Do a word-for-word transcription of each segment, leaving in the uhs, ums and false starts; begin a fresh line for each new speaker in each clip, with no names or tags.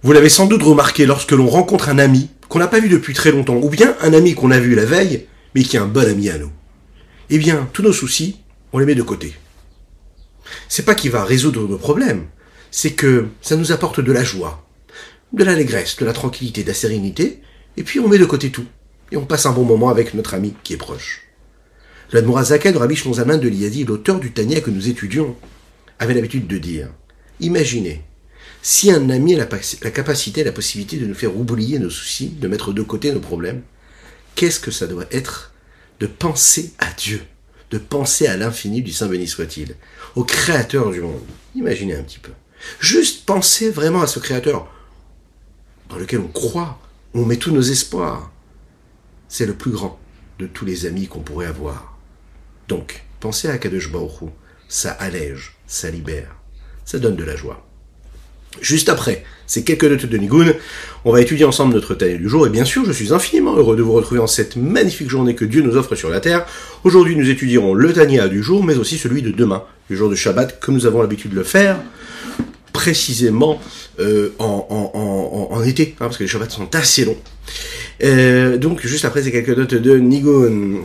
Vous l'avez sans doute remarqué lorsque l'on rencontre un ami qu'on n'a pas vu depuis très longtemps, ou bien un ami qu'on a vu la veille, mais qui est un bon ami à nous. Eh bien, tous nos soucis, on les met de côté. C'est pas qu'il va résoudre nos problèmes, c'est que ça nous apporte de la joie, de l'allégresse, de la tranquillité, de la sérénité, et puis on met de côté tout, et on passe un bon moment avec notre ami qui est proche. L'Admoura Zaken, Rabbi Shimon Zalman de Liadi, l'auteur du Tanya que nous étudions, avait l'habitude de dire, imaginez, si un ami a la, la capacité, la possibilité de nous faire oublier nos soucis, de mettre de côté nos problèmes, qu'est-ce que ça doit être de penser à Dieu, de penser à l'infini du Saint béni soit-il, au Créateur du monde. Imaginez un petit peu. Juste penser vraiment à ce Créateur dans lequel on croit, on met tous nos espoirs. C'est le plus grand de tous les amis qu'on pourrait avoir. Donc, pensez à Kadosh Baruch Hu, ça allège, ça libère, ça donne de la joie. Juste après ces quelques notes de Nigun, on va étudier ensemble notre Tanya du jour, et bien sûr, je suis infiniment heureux de vous retrouver en cette magnifique journée que Dieu nous offre sur la terre. Aujourd'hui, nous étudierons le Tanya du jour, mais aussi celui de demain, le jour de Shabbat, comme nous avons l'habitude de le faire, précisément euh, en, en, en, en été, hein, parce que les Shabbats sont assez longs. Euh, donc, juste après ces quelques notes de Nigun.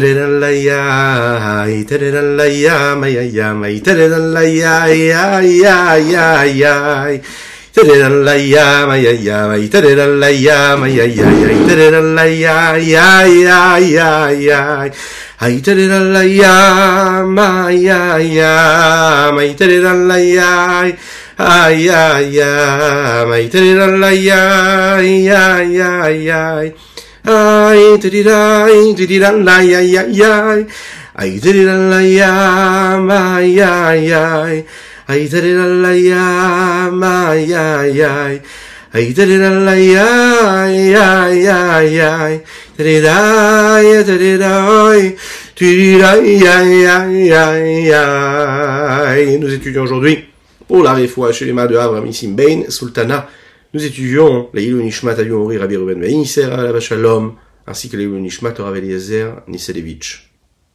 Ay, ay, ay, ay, ay, ay, ay, ay, ay, ay, tiriray, tiriray, ay, ay, ay, ay, tiriray, ay, ay, ay, ay, tiriray, ay, ay, ay, ay, tiriray, ay, ay, ay, ay, tiriray, tiriray, tiriray, ay, ay, ay, ay. Nous étudions aujourd'hui pour la réfoua chez les mains de Avraham Nissim Bain, Sultana, nous étudions les Ilou Nishmat Ayu Mori Rabbi Ruben Ben Isser Alav Shalom, ainsi que les Ilou Nishmat Rav Eliezer Niselevitch.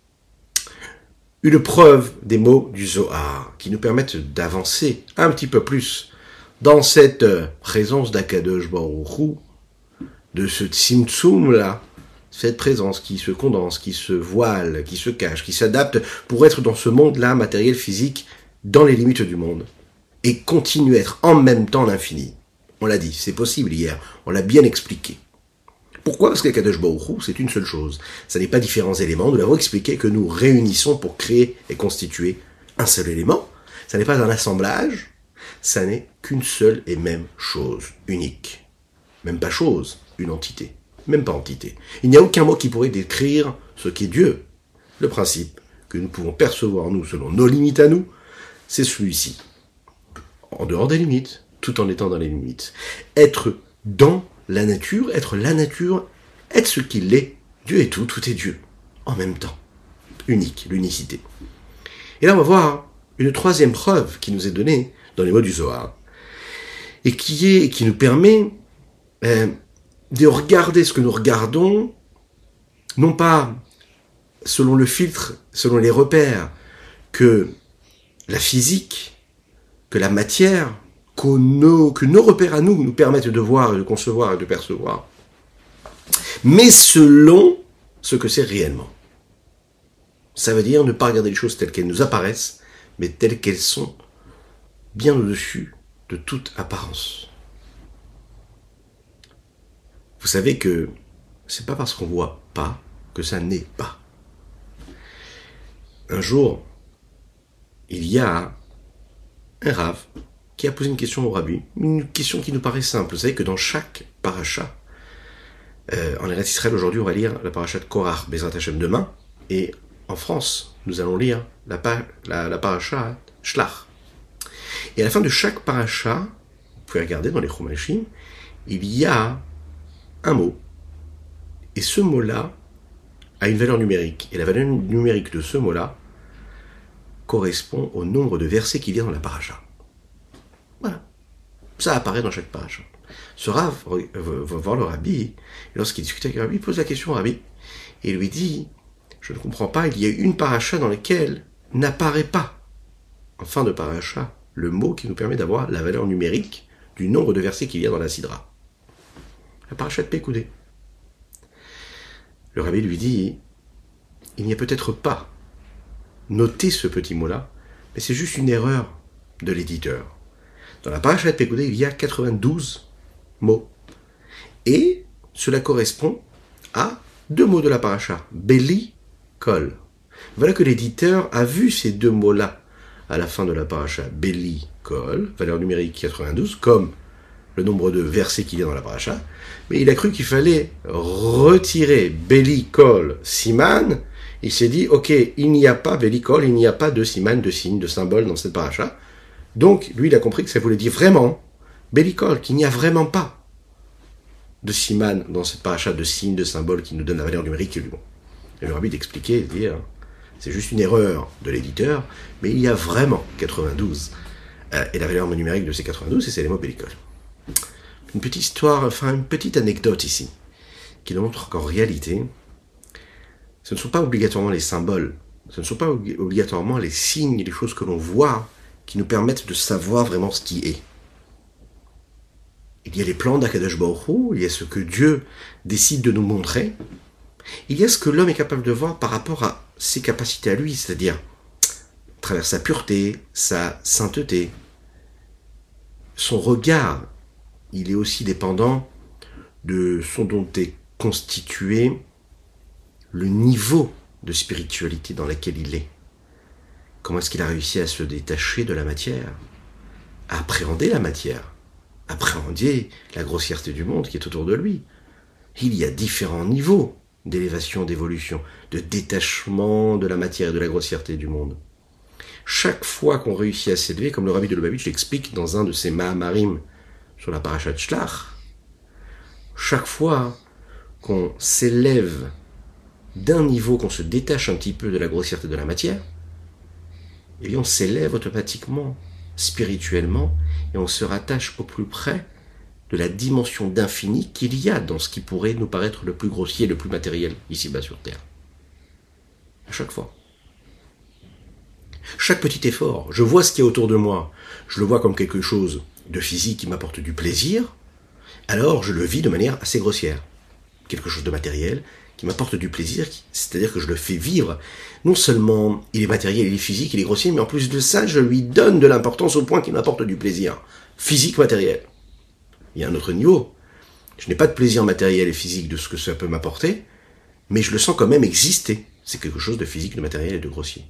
Une preuve des mots du Zohar, qui nous permettent d'avancer un petit peu plus dans cette présence d'Akadosh Baruch Hu, de ce Tzimtzum là, cette présence qui se condense, qui se voile, qui se cache, qui s'adapte pour être dans ce monde-là, matériel, physique, dans les limites du monde. Et continuer à être en même temps l'infini. On l'a dit, c'est possible hier, on l'a bien expliqué. Pourquoi ? Parce que Kadosh Baruch Hu, c'est une seule chose. Ça n'est pas différents éléments, nous l'avons expliqué que nous réunissons pour créer et constituer un seul élément. Ça n'est pas un assemblage, ça n'est qu'une seule et même chose, unique. Même pas chose, une entité. Même pas entité. Il n'y a aucun mot qui pourrait décrire ce qu'est Dieu. Le principe que nous pouvons percevoir, nous, selon nos limites à nous, c'est celui-ci. En dehors des limites, tout en étant dans les limites. Être dans la nature, être la nature, être ce qu'il est. Dieu est tout, tout est Dieu. En même temps. Unique, l'unicité. Et là, on va voir une troisième preuve qui nous est donnée dans les mots du Zohar. Et qui est, qui nous permet euh, de regarder ce que nous regardons, non pas selon le filtre, selon les repères que la physique, que la matière, que nos, que nos repères à nous nous permettent de voir, de concevoir et de percevoir, mais selon ce que c'est réellement. Ça veut dire ne pas regarder les choses telles qu'elles nous apparaissent, mais telles qu'elles sont, bien au-dessus de toute apparence. Vous savez que c'est pas parce qu'on voit pas que ça n'est pas. Un jour, il y a un Rav qui a posé une question au Rabbi, une question qui nous paraît simple. Vous savez que dans chaque paracha, euh, en Eretz Israël aujourd'hui, on va lire la paracha de Korach, Bezrat Hashem demain, et en France, nous allons lire la, pa- la, la paracha Shlach. Et à la fin de chaque paracha, vous pouvez regarder dans les Chumashim, il y a un mot, et ce mot-là a une valeur numérique. Et la valeur numérique de ce mot-là correspond au nombre de versets qu'il y a dans la paracha. Voilà. Ça apparaît dans chaque paracha. Ce Rav va voir le Rabbi, et lorsqu'il discute avec le Rabbi, il pose la question au Rabbi, et lui dit, je ne comprends pas, il y a une paracha dans laquelle n'apparaît pas, en fin de paracha, le mot qui nous permet d'avoir la valeur numérique du nombre de versets qu'il y a dans la Sidra. La paracha de Pécoudé. Le rabbi lui dit, il n'y a peut-être pas noté ce petit mot-là, mais c'est juste une erreur de l'éditeur. Dans la paracha de Pécoudé, il y a quatre-vingt-douze mots. Et cela correspond à deux mots de la paracha, Beli, Kol. Voilà que l'éditeur a vu ces deux mots-là à la fin de la paracha, Beli, Kol, valeur numérique quatre-vingt-douze, comme le nombre de versets qu'il y a dans la paracha, mais il a cru qu'il fallait retirer Beli, Kol, Siman. Il s'est dit, ok, il n'y a pas Beli, Kol, il n'y a pas de Siman, de signe, de symbole dans cette paracha. Donc, lui, il a compris que ça voulait dire vraiment Beli, Kol, qu'il n'y a vraiment pas de Siman dans cette paracha, de signe, de symbole qui nous donne la valeur numérique du mot. Et le rabbi d'expliquer, de dire, c'est juste une erreur de l'éditeur, mais il y a vraiment quatre-vingt-douze. Euh, et la valeur numérique de ces quatre-vingt-douze, c'est les mots Beli, Kol. Une petite histoire, enfin une petite anecdote ici, qui nous montre qu'en réalité, ce ne sont pas obligatoirement les symboles, ce ne sont pas obligatoirement les signes, les choses que l'on voit, qui nous permettent de savoir vraiment ce qui est. Il y a les plans d'Akadosh Baruch Hu, il y a ce que Dieu décide de nous montrer, il y a ce que l'homme est capable de voir par rapport à ses capacités à lui, c'est-à-dire à travers sa pureté, sa sainteté, son regard. Il est aussi dépendant de ce dont est constitué le niveau de spiritualité dans lequel il est. Comment est-ce qu'il a réussi à se détacher de la matière, à appréhender la matière, appréhender la grossièreté du monde qui est autour de lui. Il y a différents niveaux d'élévation, d'évolution, de détachement de la matière et de la grossièreté du monde. Chaque fois qu'on réussit à s'élever, comme le rabbi de Lubavitch l'explique dans un de ses Mahamarim, sur la paracha de Shlach, chaque fois qu'on s'élève d'un niveau, qu'on se détache un petit peu de la grossièreté de la matière, eh bien on s'élève automatiquement, spirituellement, et on se rattache au plus près de la dimension d'infini qu'il y a dans ce qui pourrait nous paraître le plus grossier, le plus matériel, ici-bas sur Terre. À chaque fois. Chaque petit effort, je vois ce qu'il y a autour de moi, je le vois comme quelque chose de physique qui m'apporte du plaisir, alors je le vis de manière assez grossière. Quelque chose de matériel qui m'apporte du plaisir, c'est-à-dire que je le fais vivre. Non seulement il est matériel, il est physique, il est grossier, mais en plus de ça, je lui donne de l'importance au point qu'il m'apporte du plaisir. Physique, matériel. Il y a un autre niveau. Je n'ai pas de plaisir matériel et physique de ce que ça peut m'apporter, mais je le sens quand même exister. C'est quelque chose de physique, de matériel et de grossier.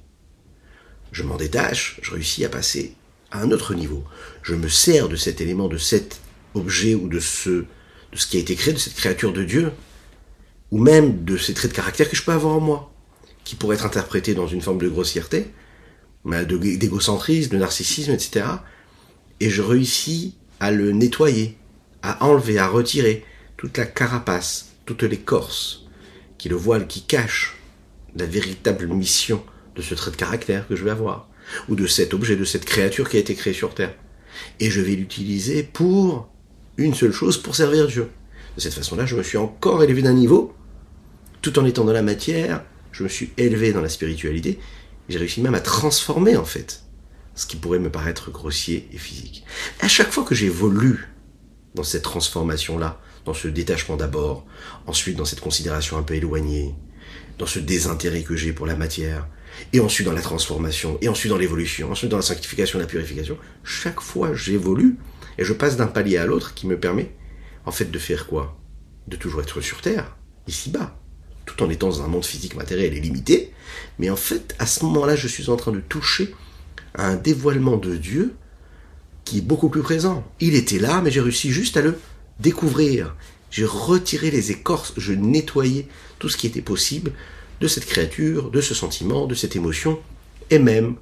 Je m'en détache, je réussis à passer à un autre niveau. Je me sers de cet élément, de cet objet ou de ce, de ce qui a été créé, de cette créature de Dieu, ou même de ces traits de caractère que je peux avoir en moi, qui pourraient être interprétés dans une forme de grossièreté, d'égocentrisme, de narcissisme, et cetera. Et je réussis à le nettoyer, à enlever, à retirer toute la carapace, toute l'écorce, qui est le voile qui cache la véritable mission de ce trait de caractère que je vais avoir, ou de cet objet, de cette créature qui a été créée sur Terre. Et je vais l'utiliser pour une seule chose, pour servir Dieu. De cette façon-là, je me suis encore élevé d'un niveau, tout en étant dans la matière, je me suis élevé dans la spiritualité, et j'ai réussi même à transformer, en fait, ce qui pourrait me paraître grossier et physique. À chaque fois que j'évolue dans cette transformation-là, dans ce détachement d'abord, ensuite dans cette considération un peu éloignée, dans ce désintérêt que j'ai pour la matière, et ensuite dans la transformation, et ensuite dans l'évolution, ensuite dans la sanctification, la purification, chaque fois j'évolue, et je passe d'un palier à l'autre qui me permet, en fait, de faire quoi? De toujours être sur Terre, ici-bas, tout en étant dans un monde physique, matériel et limité, mais en fait, à ce moment-là, je suis en train de toucher à un dévoilement de Dieu qui est beaucoup plus présent. Il était là, mais j'ai réussi juste à le découvrir. J'ai retiré les écorces, je nettoyais tout ce qui était possible de cette créature, de ce sentiment, de cette émotion, et même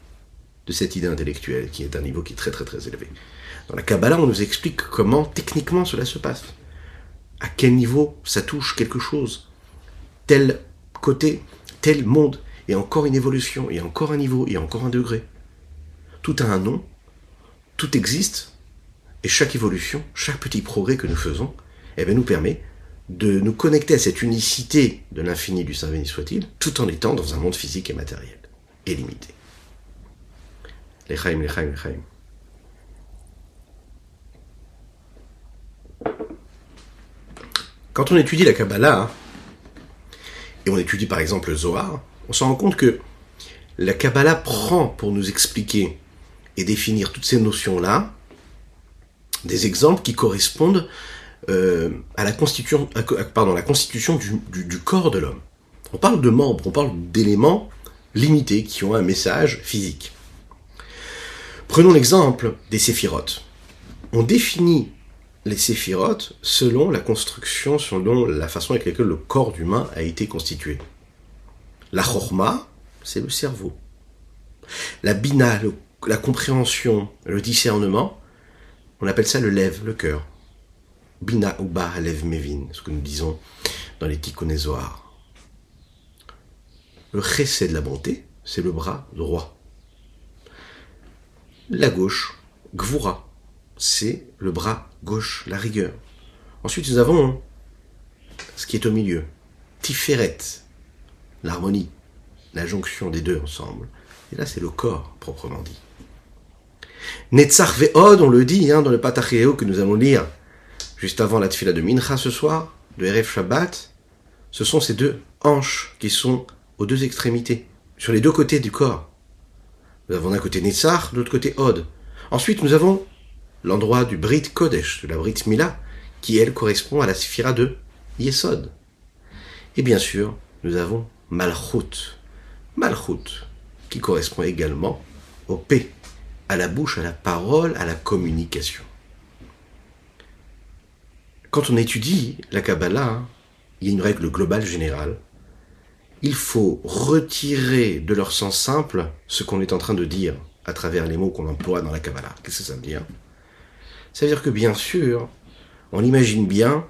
de cette idée intellectuelle, qui est un niveau qui est très très très élevé. Dans la Kabbalah, on nous explique comment techniquement cela se passe. À quel niveau ça touche quelque chose. Tel côté, tel monde, et encore une évolution, et encore un niveau, et encore un degré. Tout a un nom, tout existe, et chaque évolution, chaque petit progrès que nous faisons, eh bien, nous permet de nous connecter à cette unicité de l'infini du Saint béni soit-il, tout en étant dans un monde physique et matériel, et limité. L'Echaim, l'Echaim, l'Echaim. Quand on étudie la Kabbalah, hein, et on étudie par exemple le Zohar, on se rend compte que la Kabbalah prend pour nous expliquer et définir toutes ces notions-là des exemples qui correspondent euh, à la constitution, à, pardon, la constitution du, du, du corps de l'homme. On parle de membres, on parle d'éléments limités qui ont un message physique. Prenons l'exemple des séphirotes. On définit les séphirotes selon la construction, selon la façon avec laquelle le corps humain a été constitué. La chorma, c'est le cerveau. La bina, le, la compréhension, le discernement, on appelle ça le lev, le cœur. Bina uba lev mevin, ce que nous disons dans les Tikkun Zohar. Le chesed de la bonté, c'est le bras droit. La gauche, gvura, c'est le bras gauche, la rigueur. Ensuite, nous avons ce qui est au milieu, tiferet, l'harmonie, la jonction des deux ensemble. Et là, c'est le corps, proprement dit. Netzach ve'od, on le dit hein, dans le Patachéo que nous allons lire juste avant la tfila de Mincha ce soir, de Erev Shabbat, ce sont ces deux hanches qui sont aux deux extrémités, sur les deux côtés du corps. Nous avons d'un côté Netzach, de l'autre côté Od. Ensuite, nous avons l'endroit du Brit Kodesh, de la Brit Mila, qui, elle, correspond à la Sphira de Yesod. Et bien sûr, nous avons Malchut. Malchut, qui correspond également au P, à la bouche, à la parole, à la communication. Quand on étudie la Kabbalah, hein, il y a une règle globale générale. Il faut retirer de leur sens simple ce qu'on est en train de dire à travers les mots qu'on emploie dans la Kabbalah. Qu'est-ce que ça veut dire ? Ça veut dire que bien sûr, on imagine bien,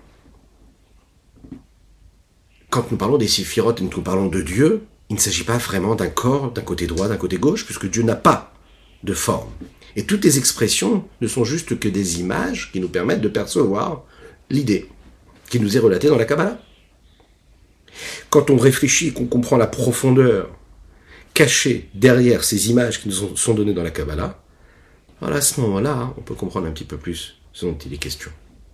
quand nous parlons des séphirotes et que nous parlons de Dieu, il ne s'agit pas vraiment d'un corps, d'un côté droit, d'un côté gauche, puisque Dieu n'a pas de forme. Et toutes les expressions ne sont juste que des images qui nous permettent de percevoir l'idée qui nous est relatée dans la Kabbalah. Quand on réfléchit et qu'on comprend la profondeur cachée derrière ces images qui nous sont données dans la Kabbalah, voilà, à ce moment-là, on peut comprendre un petit peu plus ce dont il est question.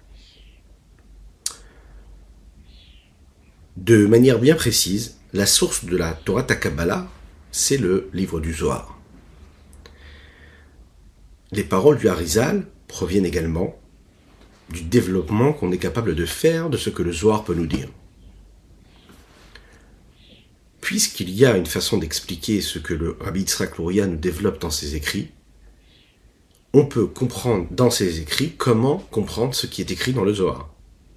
De manière bien précise, la source de la Torah Kabbalah, c'est le livre du Zohar. Les paroles du Harizal proviennent également du développement qu'on est capable de faire de ce que le Zohar peut nous dire. Puisqu'il y a une façon d'expliquer ce que le Rabbi Yitzhak Luria nous développe dans ses écrits, on peut comprendre dans ses écrits comment comprendre ce qui est écrit dans le Zohar.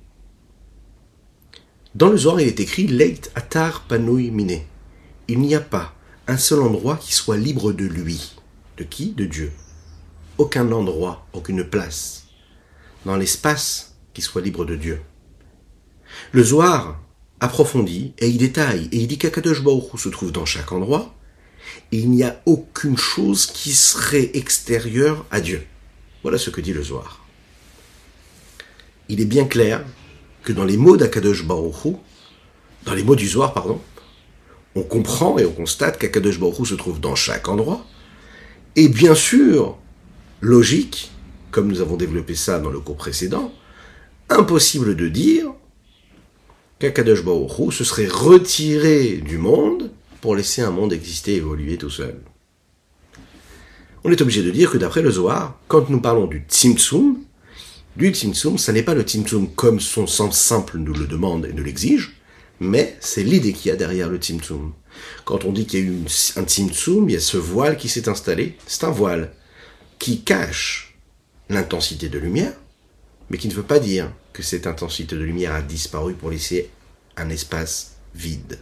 Dans le Zohar, il est écrit « Leit atar panui mine ». Il n'y a pas un seul endroit qui soit libre de lui. De qui ? De Dieu. Aucun endroit, aucune place dans l'espace qui soit libre de Dieu. Le Zohar approfondit et il détaille, et il dit qu'Akadosh Baruch Hu se trouve dans chaque endroit, et il n'y a aucune chose qui serait extérieure à Dieu. Voilà ce que dit le Zohar. Il est bien clair que dans les mots d'Akadosh Baruch Hu, dans les mots du Zohar, pardon, on comprend et on constate qu'Akadosh Baruch Hu se trouve dans chaque endroit, et bien sûr, logique, comme nous avons développé ça dans le cours précédent, impossible de dire qu'Akadosh Baruch Hu se serait retiré du monde pour laisser un monde exister et évoluer tout seul. On est obligé de dire que d'après le Zohar, quand nous parlons du Tzimtzum, du Tzimtzum, ça n'est pas le Tzimtzum comme son sens simple nous le demande et nous l'exige, mais c'est l'idée qu'il y a derrière le Tzimtzum. Quand on dit qu'il y a eu un Tzimtzum, il y a ce voile qui s'est installé, c'est un voile qui cache l'intensité de lumière, mais qui ne veut pas dire que cette intensité de lumière a disparu pour laisser un espace vide.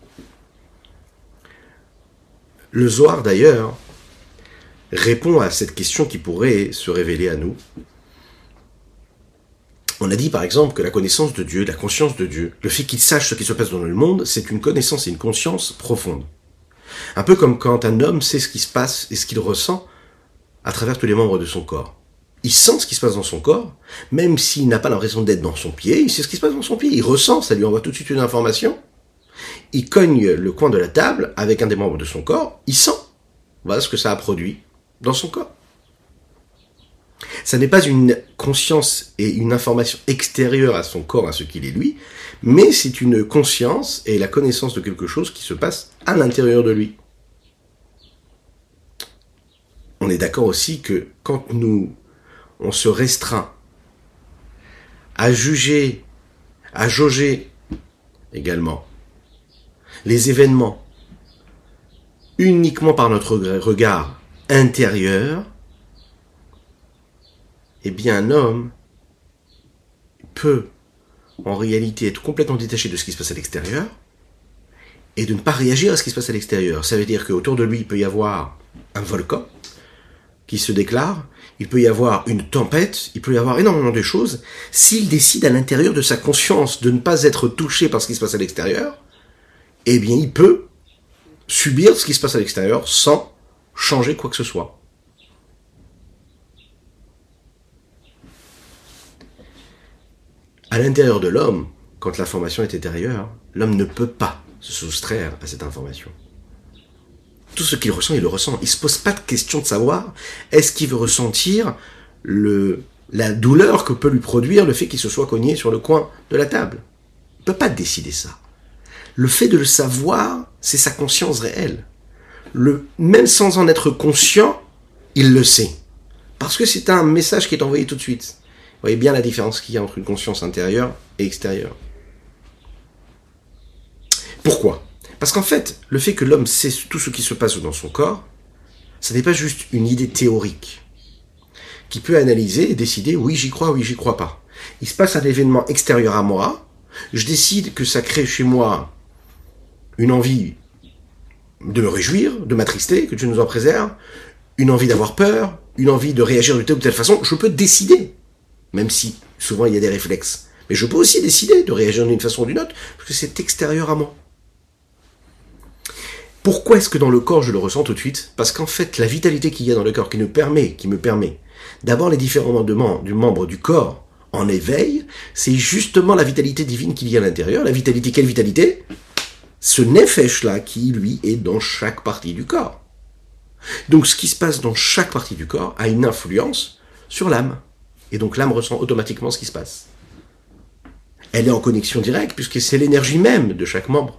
Le Zohar, d'ailleurs, répond à cette question qui pourrait se révéler à nous. On a dit, par exemple, que la connaissance de Dieu, la conscience de Dieu, le fait qu'il sache ce qui se passe dans le monde, c'est une connaissance et une conscience profonde. Un peu comme quand un homme sait ce qui se passe et ce qu'il ressent à travers tous les membres de son corps. Il sent ce qui se passe dans son corps, même s'il n'a pas l'impression d'être dans son pied, il sait ce qui se passe dans son pied, il ressent, ça lui envoie tout de suite une information. Il cogne le coin de la table avec un des membres de son corps, il sent. Voilà ce que ça a produit dans son corps. Ça n'est pas une conscience et une information extérieure à son corps, à ce qu'il est lui, mais c'est une conscience et la connaissance de quelque chose qui se passe à l'intérieur de lui. On est d'accord aussi que quand nous, on se restreint à juger, à jauger également les événements uniquement par notre regard intérieur, eh bien un homme peut en réalité être complètement détaché de ce qui se passe à l'extérieur et de ne pas réagir à ce qui se passe à l'extérieur. Ça veut dire qu'autour de lui, il peut y avoir un volcan qui se déclare, il peut y avoir une tempête, il peut y avoir énormément de choses. S'il décide à l'intérieur de sa conscience de ne pas être touché par ce qui se passe à l'extérieur, eh bien il peut subir ce qui se passe à l'extérieur sans changer quoi que ce soit. À l'intérieur de l'homme, quand l'information est intérieure, l'homme ne peut pas se soustraire à cette information. Tout ce qu'il ressent, il le ressent. Il ne se pose pas de question de savoir est-ce qu'il veut ressentir le, la douleur que peut lui produire le fait qu'il se soit cogné sur le coin de la table. Il ne peut pas décider ça. Le fait de le savoir, c'est sa conscience réelle. Le, même sans en être conscient, il le sait. Parce que c'est un message qui est envoyé tout de suite. Vous voyez bien la différence qu'il y a entre une conscience intérieure et extérieure. Pourquoi ? Parce qu'en fait, le fait que l'homme sait tout ce qui se passe dans son corps, ce n'est pas juste une idée théorique qui peut analyser et décider oui j'y crois, oui j'y crois pas. Il se passe un événement extérieur à moi, je décide que ça crée chez moi une envie de me réjouir, de m'attrister, que Dieu nous en préserve, une envie d'avoir peur, une envie de réagir de telle ou telle façon, je peux décider, même si souvent il y a des réflexes. Mais je peux aussi décider de réagir d'une façon ou d'une autre, parce que c'est extérieur à moi. Pourquoi est-ce que dans le corps je le ressens tout de suite ? Parce qu'en fait, la vitalité qu'il y a dans le corps qui nous permet, qui me permet d'avoir les différents membres du corps en éveil, c'est justement la vitalité divine qu'il y a à l'intérieur. La vitalité, quelle vitalité ? Ce nefesh-là qui, lui, est dans chaque partie du corps. Donc ce qui se passe dans chaque partie du corps a une influence sur l'âme. Et donc l'âme ressent automatiquement ce qui se passe. Elle est en connexion directe puisque c'est l'énergie même de chaque membre.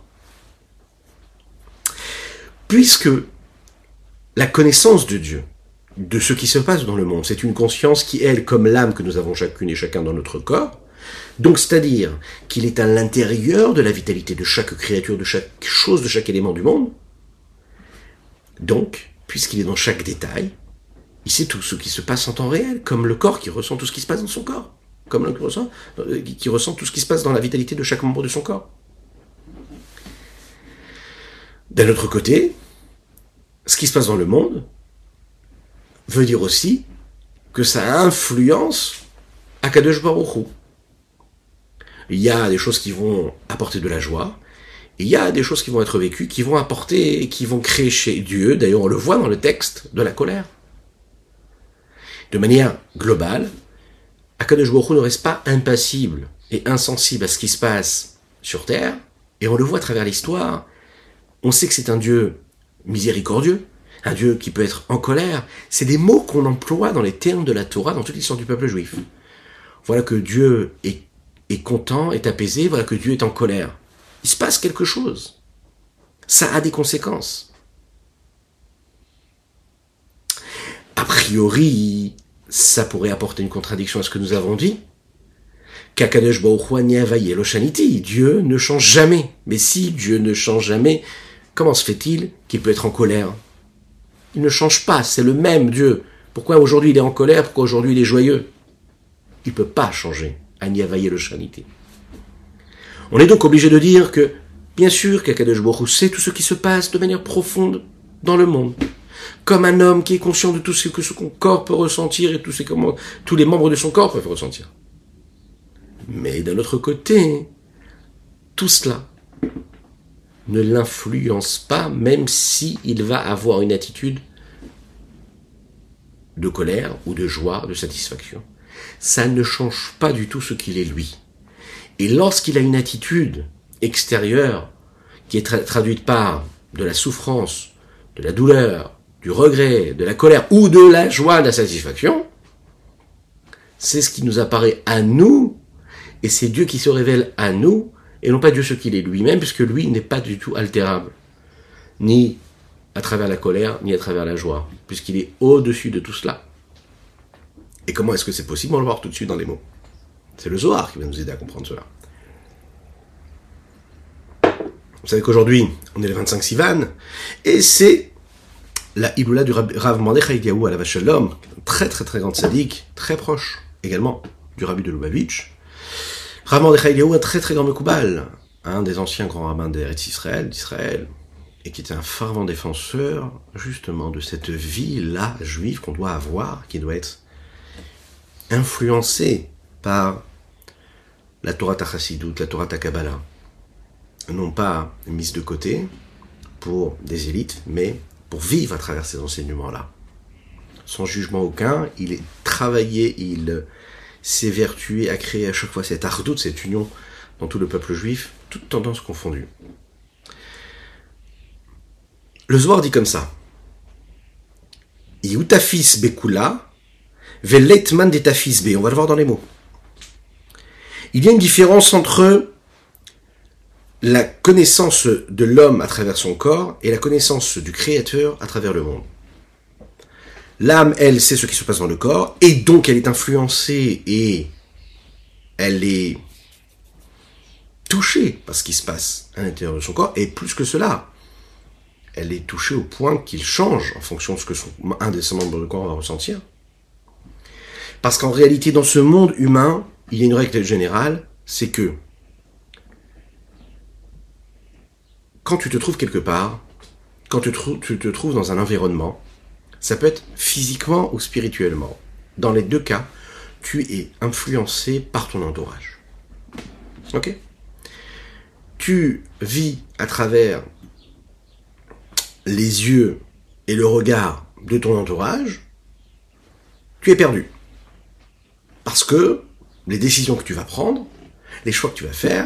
Puisque la connaissance de Dieu, de ce qui se passe dans le monde, c'est une conscience qui, elle, comme l'âme que nous avons chacune et chacun dans notre corps, donc c'est-à-dire qu'il est à l'intérieur de la vitalité de chaque créature, de chaque chose, de chaque élément du monde. Donc, puisqu'il est dans chaque détail, il sait tout ce qui se passe en temps réel, comme le corps qui ressent tout ce qui se passe dans son corps, comme l'homme qui ressent, qui ressent tout ce qui se passe dans la vitalité de chaque membre de son corps. D'un autre côté, ce qui se passe dans le monde veut dire aussi que ça influence Akadosh Baruch Hu. Il y a des choses qui vont apporter de la joie, et il y a des choses qui vont être vécues, qui vont apporter, qui vont créer chez Dieu, d'ailleurs on le voit dans le texte, de la colère. De manière globale, Akadosh Baruch Hu ne reste pas impassible et insensible à ce qui se passe sur terre, et on le voit à travers l'histoire. On sait que c'est un Dieu miséricordieux, un Dieu qui peut être en colère. C'est des mots qu'on emploie dans les termes de la Torah, dans toute l'histoire du peuple juif. Voilà que Dieu est, est content, est apaisé, voilà que Dieu est en colère. Il se passe quelque chose. Ça a des conséquences. A priori, ça pourrait apporter une contradiction à ce que nous avons dit. Qu'Akadosh Baruch Hu ni'avaye lo shaniti. Dieu ne change jamais. Mais si Dieu ne change jamais, comment se fait-il qu'il peut être en colère ? Il ne change pas, c'est le même Dieu. Pourquoi aujourd'hui il est en colère ? Pourquoi aujourd'hui il est joyeux ? Il ne peut pas changer. Ni'avaye lo shaniti. On est donc obligé de dire que, bien sûr, qu'Akadosh Baruch Hu sait tout ce qui se passe de manière profonde dans le monde. Comme un homme qui est conscient de tout ce que son corps peut ressentir et tout ce que tous les membres de son corps peuvent ressentir. Mais d'un autre côté, tout cela ne l'influence pas, même s'il va avoir une attitude de colère ou de joie, de satisfaction. Ça ne change pas du tout ce qu'il est lui. Et lorsqu'il a une attitude extérieure qui est tra- traduite par de la souffrance, de la douleur, du regret, de la colère ou de la joie, de la satisfaction, c'est ce qui nous apparaît à nous, et c'est Dieu qui se révèle à nous, et non pas Dieu ce qu'il est lui-même, puisque lui n'est pas du tout altérable, ni à travers la colère, ni à travers la joie, puisqu'il est au-dessus de tout cela. Et comment est-ce que c'est possible? On va le voir tout de suite dans les mots. C'est le Zohar qui va nous aider à comprendre cela. Vous savez qu'aujourd'hui, on est le vingt-cinq Sivan, et c'est la Iloula du Rav Mordechai Eliyahu Alav Shalom, très très très grande sadique, très proche également du Rabbi de Lubavitch. Rav Mordechai Eliyahu, un très très grand Mekoubal, un des anciens grands rabbins d'Eretz Israël, d'Israël, et qui était un fervent défenseur justement de cette vie-là juive qu'on doit avoir, qui doit être influencée par la Torah Chassidut, la Torah Kabbalah, non pas mise de côté pour des élites, mais pour vivre à travers ces enseignements-là. Sans jugement aucun, il est travaillé, il s'évertué à créer à chaque fois cette ardoute, cette union dans tout le peuple juif, toutes tendances confondues. Le Zohar dit comme ça: Yutafis bekula, veletman detafis be. On va le voir dans les mots. Il y a une différence entre la connaissance de l'homme à travers son corps et la connaissance du Créateur à travers le monde. L'âme, elle, sait ce qui se passe dans le corps, et donc elle est influencée et elle est touchée par ce qui se passe à l'intérieur de son corps, et plus que cela, elle est touchée au point qu'il change en fonction de ce que son, un des membres de corps va ressentir. Parce qu'en réalité, dans ce monde humain, il y a une règle générale, c'est que quand tu te trouves quelque part, quand tu, trou- tu te trouves dans un environnement, ça peut être physiquement ou spirituellement. Dans les deux cas, tu es influencé par ton entourage. Ok ? Tu vis à travers les yeux et le regard de ton entourage, tu es perdu. Parce que les décisions que tu vas prendre, les choix que tu vas faire,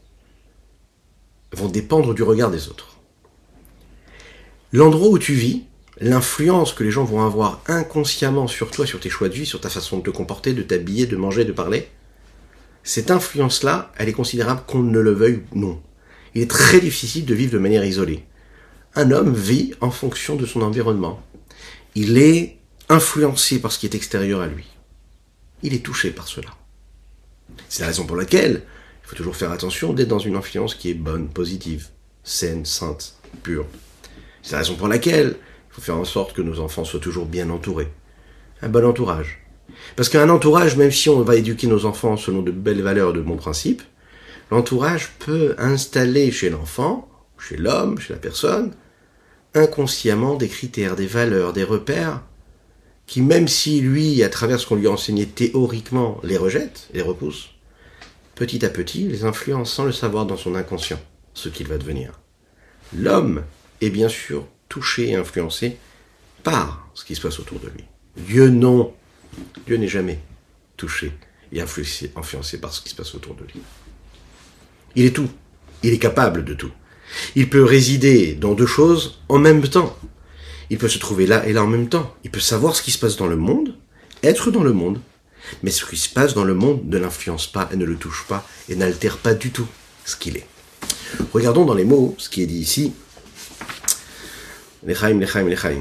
vont dépendre du regard des autres. L'endroit où tu vis, l'influence que les gens vont avoir inconsciemment sur toi, sur tes choix de vie, sur ta façon de te comporter, de t'habiller, de manger, de parler, cette influence-là, elle est considérable qu'on ne le veuille ou non. Il est très difficile de vivre de manière isolée. Un homme vit en fonction de son environnement. Il est influencé par ce qui est extérieur à lui. Il est touché par cela. C'est la raison pour laquelle il faut toujours faire attention d'être dans une influence qui est bonne, positive, saine, sainte, pure. C'est la raison pour laquelle il faut faire en sorte que nos enfants soient toujours bien entourés. Un bon entourage. Parce qu'un entourage, même si on va éduquer nos enfants selon de belles valeurs, de bons principes, l'entourage peut installer chez l'enfant, chez l'homme, chez la personne, inconsciemment des critères, des valeurs, des repères, qui même si lui, à travers ce qu'on lui a enseigné théoriquement, les rejette, les repousse, petit à petit, les influence sans le savoir dans son inconscient, ce qu'il va devenir. L'homme est bien sûr touché et influencé par ce qui se passe autour de lui. Dieu non. Dieu n'est jamais touché et influencé, influencé par ce qui se passe autour de lui. Il est tout. Il est capable de tout. Il peut résider dans deux choses en même temps. Il peut se trouver là et là en même temps. Il peut savoir ce qui se passe dans le monde, être dans le monde, mais ce qui se passe dans le monde ne l'influence pas et ne le touche pas et n'altère pas du tout ce qu'il est. Regardons dans les mots ce qui est dit ici. Lechaim, lechaim, lechaim.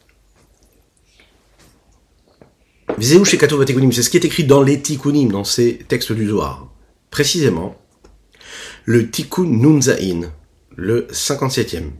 Vizeu shekatov batikunim, c'est ce qui est écrit dans les tikkunim, dans ces textes du Zohar. Précisément, le tikkun nun zain, le cinquante-septième.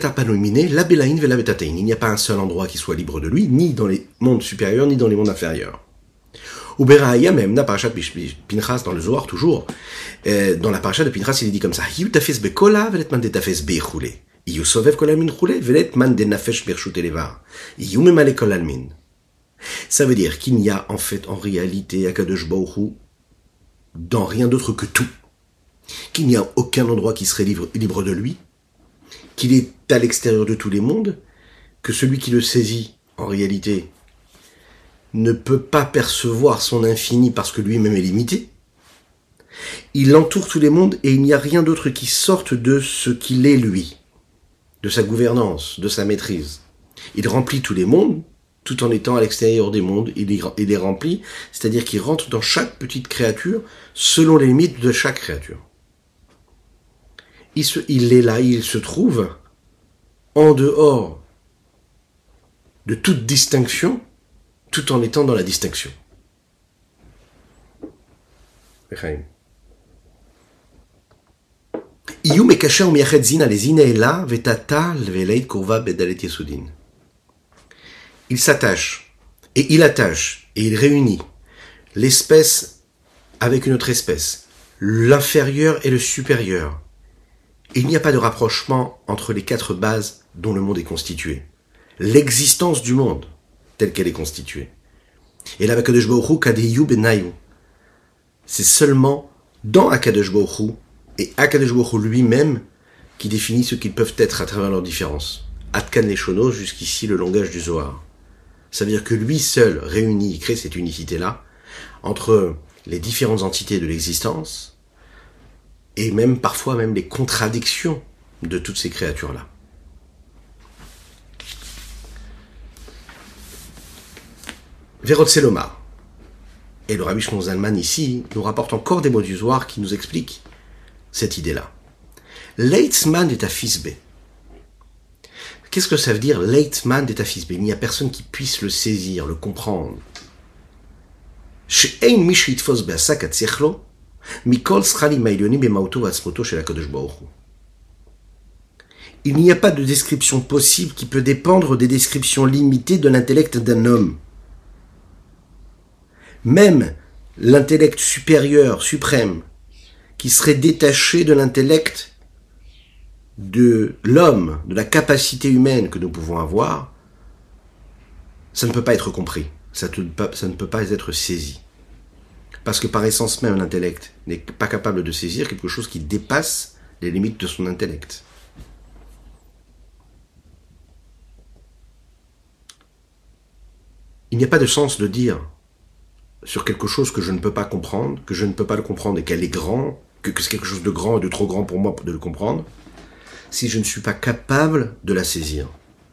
Il n'y a pas un seul endroit qui soit libre de lui, ni dans les mondes supérieurs, ni dans les mondes inférieurs. Uberahaya même, na parashat Pinchas dans le Zohar toujours, euh, dans la parashat de Pinchas, il est dit comme ça: Hiu tafes bekola velet man de tafes bechule. Hiu sovev kol almin chule velet man de nafesh bershut elevar. Hiu memale kol almin. Ça veut dire qu'il n'y a en fait, en réalité, Akadosh Baruch Hu, dans rien d'autre que tout. Qu'il n'y a aucun endroit qui serait libre, libre de lui, qu'il est à l'extérieur de tous les mondes, que celui qui le saisit, en réalité, ne peut pas percevoir son infini parce que lui-même est limité. Il entoure tous les mondes et il n'y a rien d'autre qui sorte de ce qu'il est lui, de sa gouvernance, de sa maîtrise. Il remplit tous les mondes tout en étant à l'extérieur des mondes, il les, il les remplit, c'est-à-dire qu'il rentre dans chaque petite créature selon les limites de chaque créature. Il, se, il est là, il se trouve en dehors de toute distinction, tout en étant dans la distinction. Il s'attache, et il attache, et il réunit l'espèce avec une autre espèce, l'inférieur et le supérieur. Il n'y a pas de rapprochement entre les quatre bases dont le monde est constitué. L'existence du monde, telle qu'elle est constituée. Et là, Akadosh Baruch Hu, Kadeyu Benayu. C'est seulement dans Akadosh Baruch Hu et Akadosh Baruch Hu lui-même qui définit ce qu'ils peuvent être à travers leurs différences. Atkan Leshono, jusqu'ici le langage du Zohar. Ça veut dire que lui seul réunit, crée cette unicité-là entre les différentes entités de l'existence et même parfois même les contradictions de toutes ces créatures-là. Verotzelomar. Et le Rabbi Shimon Zalman ici nous rapporte encore des mots du Zohar qui nous expliquent cette idée-là. Leitzman est à Fisbe. Qu'est-ce que ça veut dire Leitzman est à Fisbe? Il n'y a personne qui puisse le saisir, le comprendre. She'ein mish yitfos be'asak atzechlo mikol s'chalim ha'ilyonim b'mauto v'atzmoto shel HaKadosh Baruch Hu. Il n'y a pas de description possible qui peut dépendre des descriptions limitées de l'intellect d'un homme. Même l'intellect supérieur, suprême, qui serait détaché de l'intellect de l'homme, de la capacité humaine que nous pouvons avoir, ça ne peut pas être compris, ça, te, ça ne peut pas être saisi. Parce que par essence même, l'intellect n'est pas capable de saisir quelque chose qui dépasse les limites de son intellect. Il n'y a pas de sens de dire sur quelque chose que je ne peux pas comprendre, que je ne peux pas le comprendre et qu'elle est grand, que, que c'est quelque chose de grand et de trop grand pour moi de le comprendre, si je ne suis pas capable de la saisir.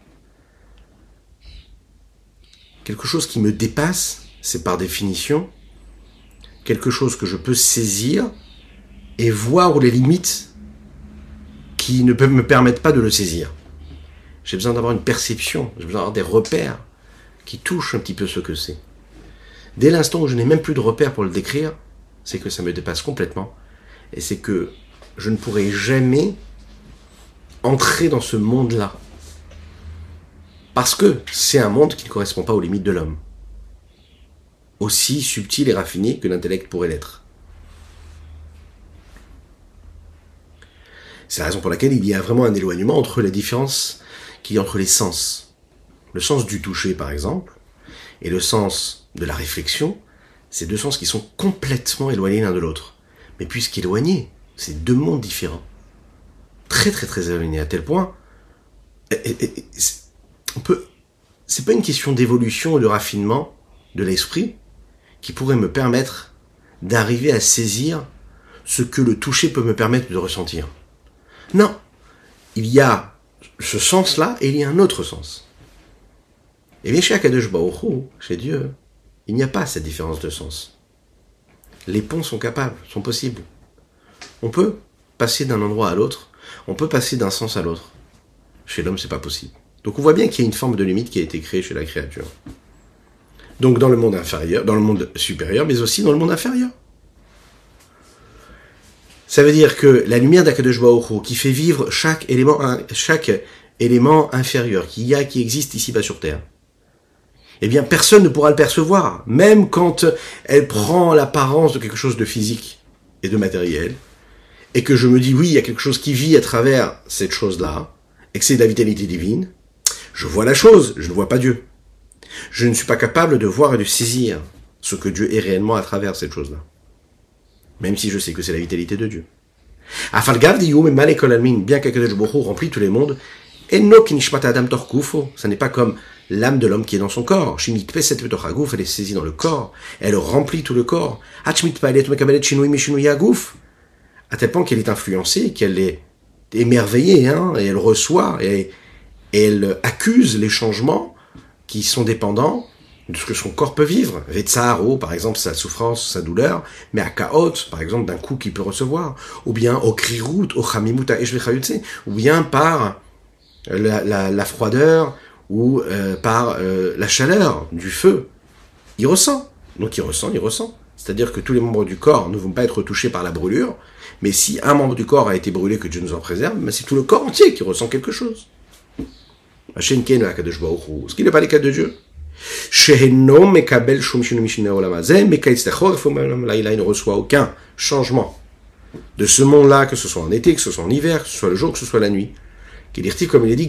Quelque chose qui me dépasse, c'est par définition quelque chose que je peux saisir et voir où les limites qui ne me permettent pas de le saisir. J'ai besoin d'avoir une perception, j'ai besoin d'avoir des repères qui touchent un petit peu ce que c'est. Dès l'instant où je n'ai même plus de repères pour le décrire, c'est que ça me dépasse complètement et c'est que je ne pourrai jamais entrer dans ce monde-là. Parce que c'est un monde qui ne correspond pas aux limites de l'homme. Aussi subtil et raffiné que l'intellect pourrait l'être. C'est la raison pour laquelle il y a vraiment un éloignement entre la différence qu'il y a entre les sens. Le sens du toucher, par exemple, et le sens de la réflexion, c'est deux sens qui sont complètement éloignés l'un de l'autre. Mais puisqu'éloignés, c'est deux mondes différents. Très très très éloignés, à tel point... Et, et, et, on peut, c'est pas une question d'évolution et de raffinement de l'esprit qui pourrait me permettre d'arriver à saisir ce que le toucher peut me permettre de ressentir. Non, il y a ce sens-là et il y a un autre sens. Et bien chez Akadosh Baruch Hu, chez Dieu, il n'y a pas cette différence de sens. Les ponts sont capables, sont possibles. On peut passer d'un endroit à l'autre, on peut passer d'un sens à l'autre. Chez l'homme, c'est pas possible. Donc on voit bien qu'il y a une forme de limite qui a été créée chez la créature. Donc dans le monde inférieur, dans le monde supérieur, mais aussi dans le monde inférieur. Ça veut dire que la lumière d'Akadosh Baruch Hu, qui fait vivre chaque élément, chaque élément inférieur qu'il y a, qui existe ici-bas sur Terre, eh bien personne ne pourra le percevoir, même quand elle prend l'apparence de quelque chose de physique et de matériel, et que je me dis oui, il y a quelque chose qui vit à travers cette chose-là, et que c'est de la vitalité divine. Je vois la chose, je ne vois pas Dieu. Je ne suis pas capable de voir et de saisir ce que Dieu est réellement à travers cette chose-là. Même si je sais que c'est la vitalité de Dieu. Bien qu'Akadosh Baruch Hu remplit tous les mondes, ça n'est pas comme l'âme de l'homme qui est dans son corps. Elle est saisie dans le corps, elle remplit tout le corps. À tel point qu'elle est influencée, qu'elle est émerveillée, hein, et elle reçoit, et et elle accuse les changements qui sont dépendants de ce que son corps peut vivre. Vetsaro, par exemple, sa souffrance, sa douleur, mais à Kaot, par exemple, d'un coup qu'il peut recevoir, ou bien au Krirut, au Chamimuta Eshvechayutse, ou bien par la, la, la froideur, ou euh, par euh, la chaleur du feu. Il ressent. Donc il ressent, il ressent. C'est-à-dire que tous les membres du corps ne vont pas être touchés par la brûlure, mais si un membre du corps a été brûlé, que Dieu nous en préserve, ben c'est tout le corps entier qui ressent quelque chose. Ce qui n'est pas les cas de Dieu. Il ne reçoit aucun changement de ce monde-là, que ce soit en été, que ce soit en hiver, que ce soit le jour, que ce soit la nuit. Comme il est dit,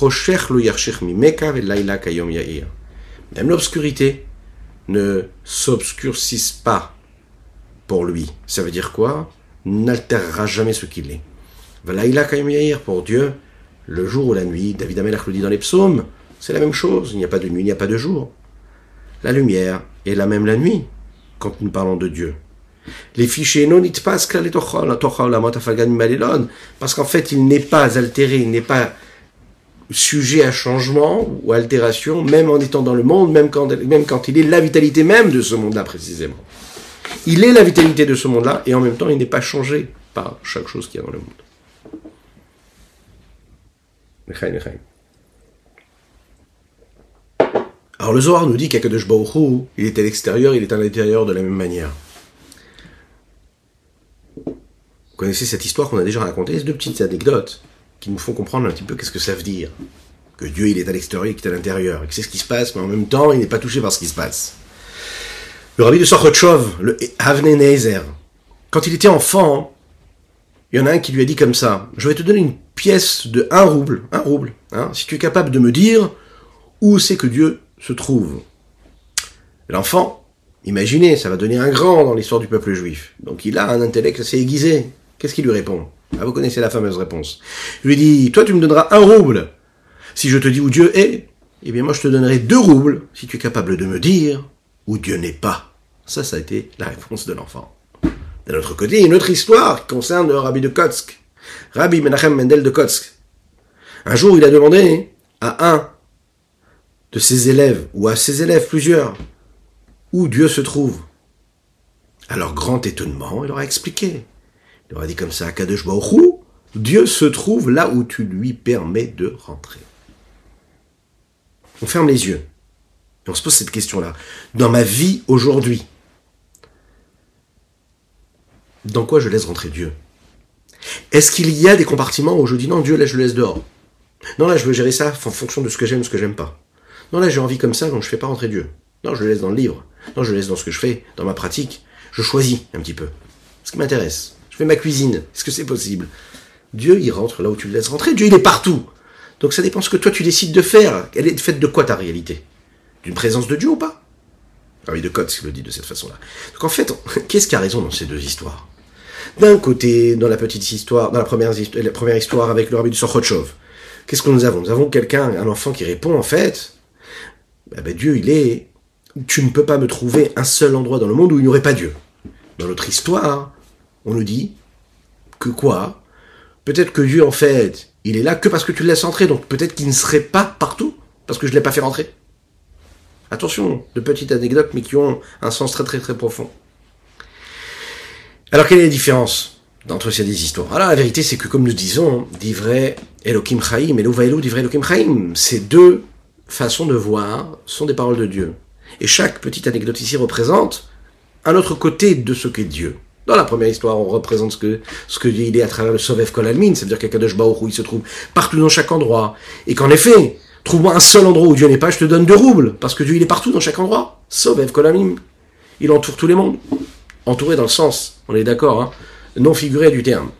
même l'obscurité ne s'obscurcisse pas pour lui. Ça veut dire quoi? N'altérera jamais ce qu'il est. Pour Dieu, le jour ou la nuit, David Amelach le dit dans les psaumes, c'est la même chose, il n'y a pas de nuit, il n'y a pas de jour. La lumière est la même la nuit, quand nous parlons de Dieu. Les fichiers non it pas parce qu'en fait il n'est pas altéré, il n'est pas sujet à changement ou altération, même en étant dans le monde, même quand, même quand il est la vitalité même de ce monde-là précisément. Il est la vitalité de ce monde-là, et en même temps il n'est pas changé par chaque chose qu'il y a dans le monde. Alors le Zohar nous dit qu'Akadosh Baruch Hu, il est à l'extérieur, il est à l'intérieur de la même manière. Vous connaissez cette histoire qu'on a déjà racontée, ces deux petites anecdotes qui nous font comprendre un petit peu qu'est-ce que ça veut dire. Que Dieu il est à l'extérieur, qu'il est à l'intérieur, et que c'est ce qui se passe, mais en même temps il n'est pas touché par ce qui se passe. Le rabbi de Sorchotchov, le Avnei Nezer, quand il était enfant, il y en a un qui lui a dit comme ça, je vais te donner une pièce de un rouble, un rouble, hein, si tu es capable de me dire où c'est que Dieu se trouve. L'enfant, imaginez, ça va donner un grand dans l'histoire du peuple juif. Donc il a un intellect assez aiguisé. Qu'est-ce qu'il lui répond? Ah, vous connaissez la fameuse réponse. Il lui dit, toi tu me donneras un rouble si je te dis où Dieu est. Eh bien moi je te donnerai deux roubles si tu es capable de me dire où Dieu n'est pas. Ça, ça a été la réponse de l'enfant. D'un autre côté, il y a une autre histoire qui concerne le rabbi de Kotsk. Rabbi Menachem Mendel de Kotsk. Un jour, il a demandé à un de ses élèves, ou à ses élèves plusieurs, où Dieu se trouve. À leur grand étonnement, il leur a expliqué. Il leur a dit comme ça, Kadosh Baruch Hu, Dieu se trouve là où tu lui permets de rentrer. On ferme les yeux. Et on se pose cette question-là. Dans ma vie aujourd'hui, dans quoi je laisse rentrer Dieu? Est-ce qu'il y a des compartiments où je dis non, Dieu, là je le laisse dehors. Non, là je veux gérer ça en fonction de ce que j'aime, ce que j'aime pas. Non, là j'ai envie comme ça, donc je fais pas rentrer Dieu. Non, je le laisse dans le livre. Non, je le laisse dans ce que je fais, dans ma pratique. Je choisis un petit peu ce qui m'intéresse. Je fais ma cuisine. Est-ce que c'est possible? Dieu, il rentre là où tu le laisses rentrer. Dieu, il est partout. Donc ça dépend de ce que toi tu décides de faire. Elle est faite de quoi ta réalité? D'une présence de Dieu ou pas? Ah oui, de Kotsk le dit de cette façon-là. Donc en fait, qu'est-ce qui a raison dans ces deux histoires? D'un côté, dans la petite histoire, dans la première, la première histoire avec le rabbi du Sorchotchov, qu'est-ce que nous avons? Nous avons quelqu'un, un enfant qui répond en fait, bah ben Dieu il est, tu ne peux pas me trouver un seul endroit dans le monde où il n'y aurait pas Dieu. Dans notre histoire, on nous dit que quoi? Peut-être que Dieu en fait, il est là que parce que tu le laisses entrer, donc peut-être qu'il ne serait pas partout, parce que je ne l'ai pas fait rentrer. Attention, de petites anecdotes, mais qui ont un sens très très très profond. Alors, quelle est la différence entre ces deux histoires? Alors, la vérité, c'est que, comme nous disons, d'ivrei Elohim Chaim, Elovaelu d'ivrei Elohim Chaim, ces deux façons de voir sont des paroles de Dieu. Et chaque petite anecdote ici représente un autre côté de ce qu'est Dieu. Dans la première histoire, on représente ce que, ce que Dieu il est à travers le Sovev Kol Almin, c'est-à-dire qu'Akadosh Baruch Hu, il se trouve partout dans chaque endroit. Et qu'en effet, trouve-moi un seul endroit où Dieu n'est pas, je te donne deux roubles, parce que Dieu il est partout dans chaque endroit. Sovev Kol Almin. Il entoure tous les mondes. Entouré dans le sens, on est d'accord, hein, non figuré du terme.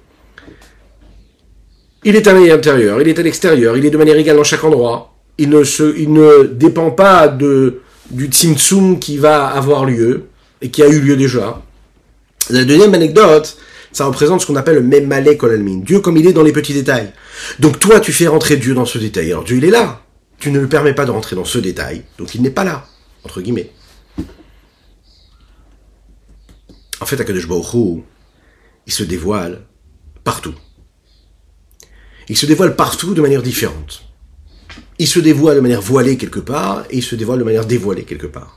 Il est à l'intérieur, il est à l'extérieur, il est de manière égale dans chaque endroit. Il ne, se, il ne dépend pas de, du tzimtzum qui va avoir lieu, et qui a eu lieu déjà. La deuxième anecdote, ça représente ce qu'on appelle le Memale Kol Almin. Dieu comme il est dans les petits détails. Donc toi, tu fais rentrer Dieu dans ce détail. Alors Dieu, il est là. Tu ne lui permets pas de rentrer dans ce détail, donc il n'est pas là, entre guillemets. En fait, Akadosh Baruch Hu, il se dévoile partout. Il se dévoile partout de manière différente. il se dévoile de manière voilée quelque part, et il se dévoile de manière dévoilée quelque part.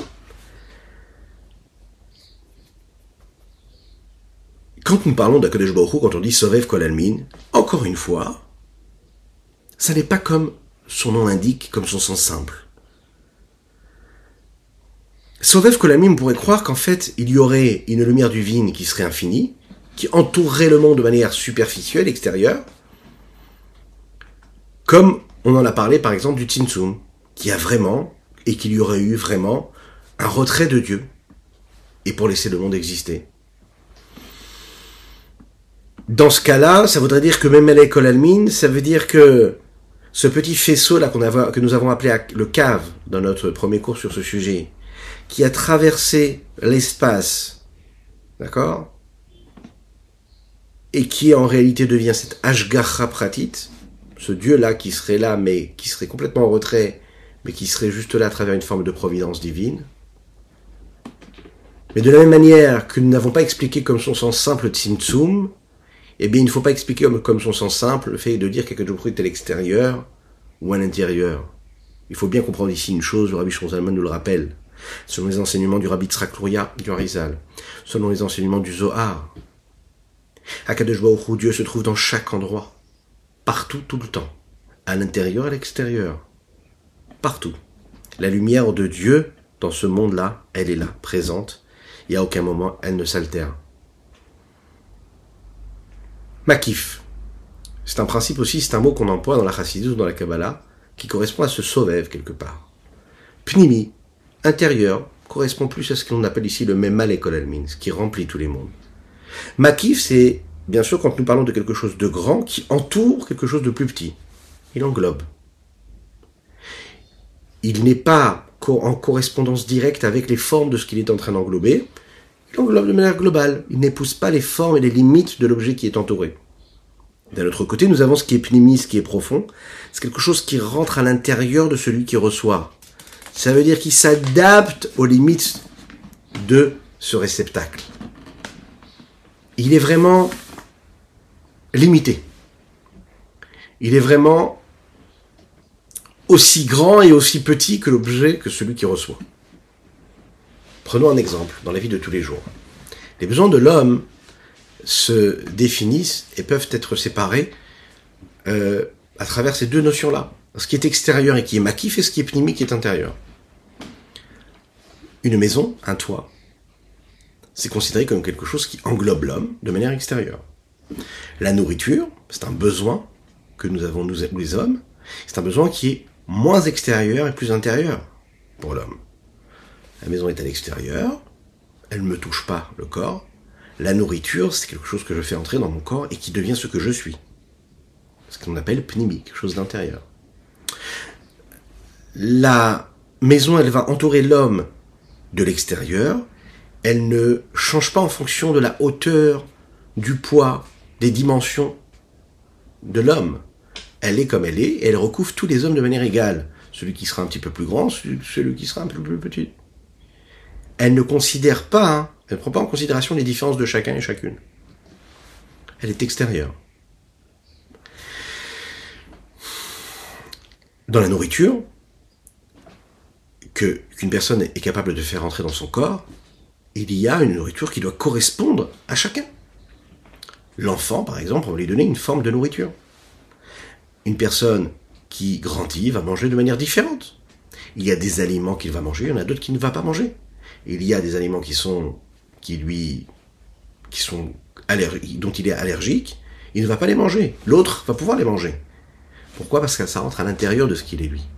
Quand nous parlons d'Akadosh Baruch Hu, quand on dit Sovev Kol Almin, encore une fois, ça n'est pas comme son nom l'indique, comme son sens simple. Sovev Kol Almin, on pourrait croire qu'en fait, il y aurait une lumière divine qui serait infinie, qui entourerait le monde de manière superficielle, extérieure, comme on en a parlé par exemple du Tzimtzum, qui a vraiment, et qu'il y aurait eu vraiment, un retrait de Dieu, et pour laisser le monde exister. Dans ce cas-là, ça voudrait dire que Memele Kol Almin, ça veut dire que ce petit faisceau-là qu'on a, que nous avons appelé le cave dans notre premier cours sur ce sujet, qui a traversé l'espace, d'accord, et qui en réalité devient cette Ashgacha Pratit, ce Dieu-là qui serait là, mais qui serait complètement en retrait, mais qui serait juste là à travers une forme de providence divine. Mais de la même manière que nous n'avons pas expliqué comme son sens simple Tzimtzum, eh bien il ne faut pas expliquer comme, comme son sens simple le fait de dire quelque chose est à l'extérieur ou à l'intérieur. Il faut bien comprendre ici une chose, le Rabbi Shimon Zalman nous le rappelle, selon les enseignements du Rabbi Yitzhak Luria, du Harizal, selon les enseignements du Zohar. Akadosh Baruch Hu, Dieu se trouve dans chaque endroit, partout, tout le temps, à l'intérieur et à l'extérieur, partout. La lumière de Dieu, dans ce monde-là, elle est là, présente, et à aucun moment elle ne s'altère. Makif, c'est un principe aussi, c'est un mot qu'on emploie dans la Chassidut ou dans la Kabbalah, qui correspond à ce sovev quelque part. Pnimi, intérieur, correspond plus à ce que l'on appelle ici le Memale Kol Almin, ce qui remplit tous les mondes. Makif, c'est bien sûr quand nous parlons de quelque chose de grand qui entoure quelque chose de plus petit. Il englobe. Il n'est pas en correspondance directe avec les formes de ce qu'il est en train d'englober. Il englobe de manière globale. Il n'épouse pas les formes et les limites de l'objet qui est entouré. D'un autre côté, nous avons ce qui est pnimi, ce qui est profond. C'est quelque chose qui rentre à l'intérieur de celui qui reçoit. Ça veut dire qu'il s'adapte aux limites de ce réceptacle. Il est vraiment limité. Il est vraiment aussi grand et aussi petit que l'objet que celui qui reçoit. Prenons un exemple dans la vie de tous les jours. Les besoins de l'homme se définissent et peuvent être séparés euh, à travers ces deux notions-là. Ce qui est extérieur et qui est makif et ce qui est pnimi qui est intérieur. Une maison, un toit, c'est considéré comme quelque chose qui englobe l'homme de manière extérieure. La nourriture, c'est un besoin que nous avons, nous les hommes, c'est un besoin qui est moins extérieur et plus intérieur pour l'homme. La maison est à l'extérieur, elle ne me touche pas le corps. La nourriture, c'est quelque chose que je fais entrer dans mon corps et qui devient ce que je suis. Ce qu'on appelle pnimi, quelque chose d'intérieur. La maison, elle va entourer l'homme de l'extérieur. Elle ne change pas en fonction de la hauteur, du poids, des dimensions de l'homme. Elle est comme elle est, et elle recouvre tous les hommes de manière égale. Celui qui sera un petit peu plus grand, celui qui sera un peu plus petit. Elle ne considère pas, hein, elle ne prend pas en considération les différences de chacun et chacune. Elle est extérieure. Dans la nourriture, que, qu'une personne est capable de faire entrer dans son corps, il y a une nourriture qui doit correspondre à chacun. L'enfant, par exemple, on va lui donner une forme de nourriture. Une personne qui grandit va manger de manière différente. Il y a des aliments qu'il va manger, il y en a d'autres qu'il ne va pas manger. Il y a des aliments qui sont, qui lui, qui sont allerg- dont il est allergique, il ne va pas les manger. L'autre va pouvoir les manger. Pourquoi ? Parce que ça rentre à l'intérieur de ce qu'il est lui.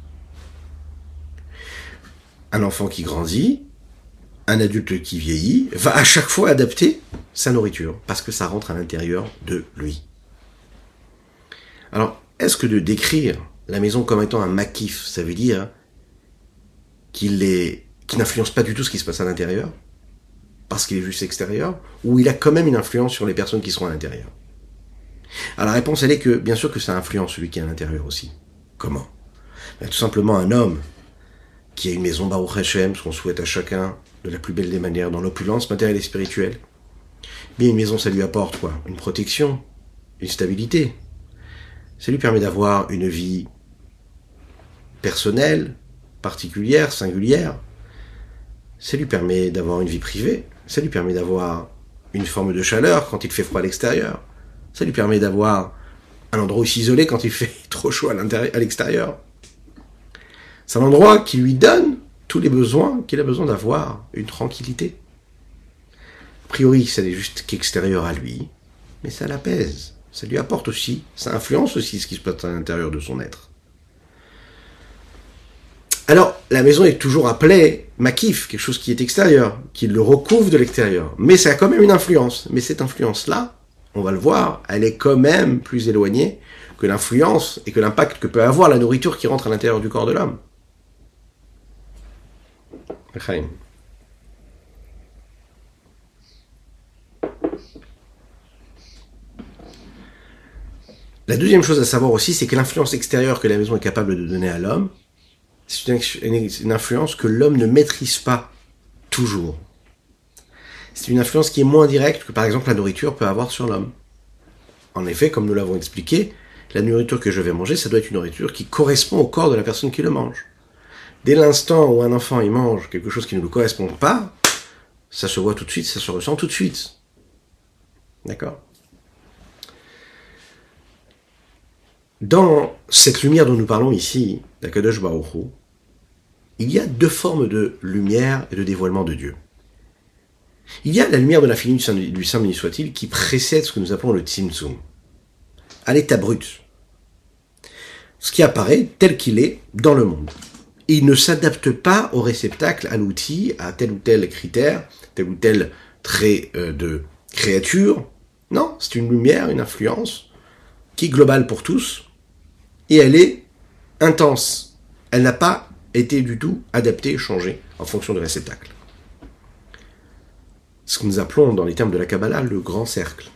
Un enfant qui grandit, un adulte qui vieillit, va à chaque fois adapter sa nourriture, parce que ça rentre à l'intérieur de lui. Alors, est-ce que de décrire la maison comme étant un makif, ça veut dire qu'il est, qu'il n'influence pas du tout ce qui se passe à l'intérieur, parce qu'il est juste extérieur, ou il a quand même une influence sur les personnes qui seront à l'intérieur? Alors la réponse, elle est que, bien sûr que ça influence celui qui est à l'intérieur aussi. Comment ? Ben, tout simplement un homme qui a une maison Baruch Hashem, ce qu'on souhaite à chacun, de la plus belle des manières, dans l'opulence matérielle et spirituelle. Bien, une maison, ça lui apporte quoi ? Une protection, une stabilité. Ça lui permet d'avoir une vie personnelle, particulière, singulière. Ça lui permet d'avoir une vie privée. Ça lui permet d'avoir une forme de chaleur quand il fait froid à l'extérieur. Ça lui permet d'avoir un endroit où s'isoler quand il fait trop chaud à, à l'extérieur. C'est un endroit qui lui donne tous les besoins qu'il a besoin d'avoir, une tranquillité. A priori, ça n'est juste qu'extérieur à lui, mais ça l'apaise. Ça lui apporte aussi, ça influence aussi ce qui se passe à l'intérieur de son être. Alors, la maison est toujours appelée makif, quelque chose qui est extérieur, qui le recouvre de l'extérieur. Mais ça a quand même une influence. Mais cette influence-là, on va le voir, elle est quand même plus éloignée que l'influence et que l'impact que peut avoir la nourriture qui rentre à l'intérieur du corps de l'homme. La deuxième chose à savoir aussi, c'est que l'influence extérieure que la maison est capable de donner à l'homme, c'est une influence que l'homme ne maîtrise pas toujours. C'est une influence qui est moins directe que par exemple la nourriture peut avoir sur l'homme. En effet, comme nous l'avons expliqué, la nourriture que je vais manger, ça doit être une nourriture qui correspond au corps de la personne qui le mange. Dès l'instant où un enfant il mange quelque chose qui ne lui correspond pas, ça se voit tout de suite, ça se ressent tout de suite. D'accord ? Dans cette lumière dont nous parlons ici, d'Akadosh Baruch Hu, il y a deux formes de lumière et de dévoilement de Dieu. Il y a la lumière de l'infini du Saint béni soit-il qui précède ce que nous appelons le Tzimtzum, à l'état brut. Ce qui apparaît tel qu'il est dans le monde. Il ne s'adapte pas au réceptacle, à l'outil, à tel ou tel critère, tel ou tel trait euh, de créature. Non, c'est une lumière, une influence qui est globale pour tous, et elle est intense. Elle n'a pas été du tout adaptée, changée, en fonction du réceptacle. Ce que nous appelons, dans les termes de la Kabbalah, le grand cercle.